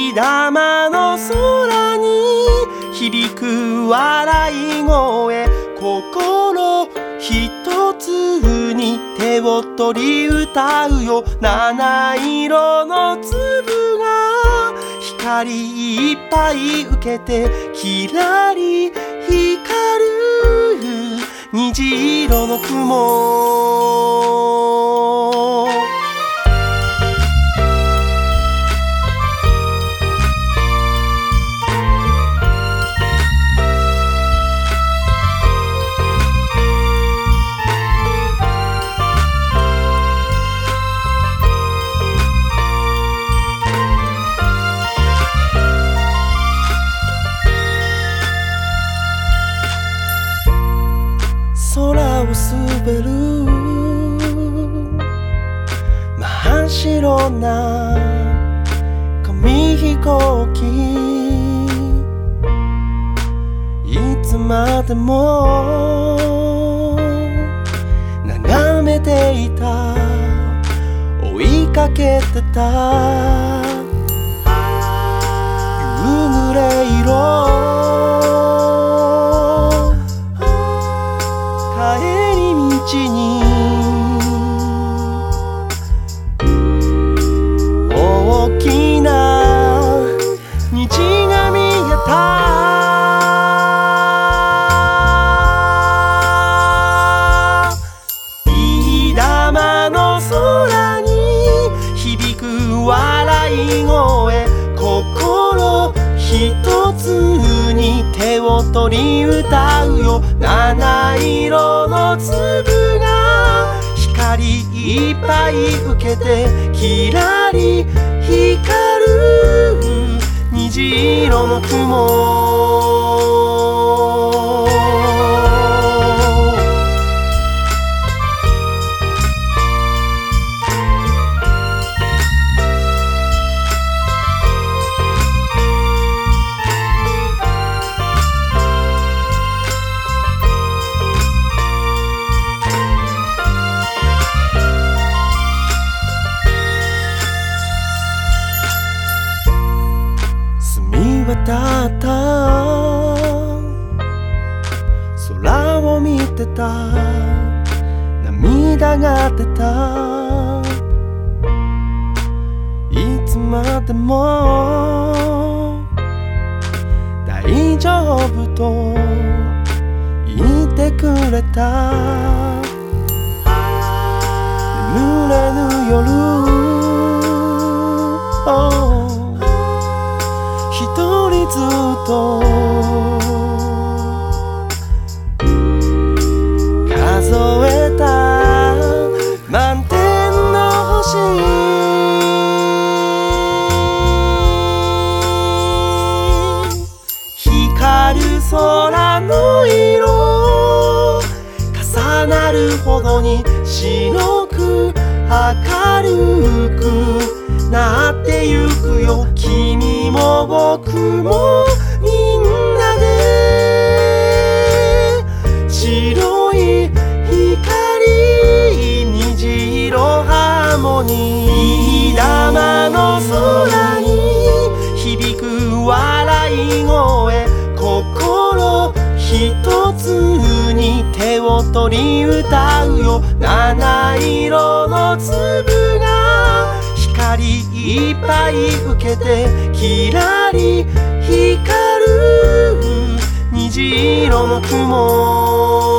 ビー玉の空に響く笑い声、心一つに手を取り歌うよ。七色の粒が光いっぱい受けてキラリ光る虹色の雲。空を滑る真っ白な紙飛行機、いつまでも眺めていた、追いかけてた夕暮れ色、帰り道に大きな道が見えた。ビー玉の空に響く笑い声、心一つに手を取り歌うよ。七色の粒が光いっぱい受けてキラリ光る虹色の雲。渡った空を見てた、涙が出た。いつまでも大丈夫と言ってくれた。眠れぬ夜、一人ずっと数えた満天の星、光る空の色、重なるほどに白く明るくなってゆくよ。君も僕もみんなで白い光、虹色ハーモニー。ビー玉の空に響く笑い声、心一つに手を取り歌うよ。七色の粒が光いっぱい受けてキラリ光る虹色の雲。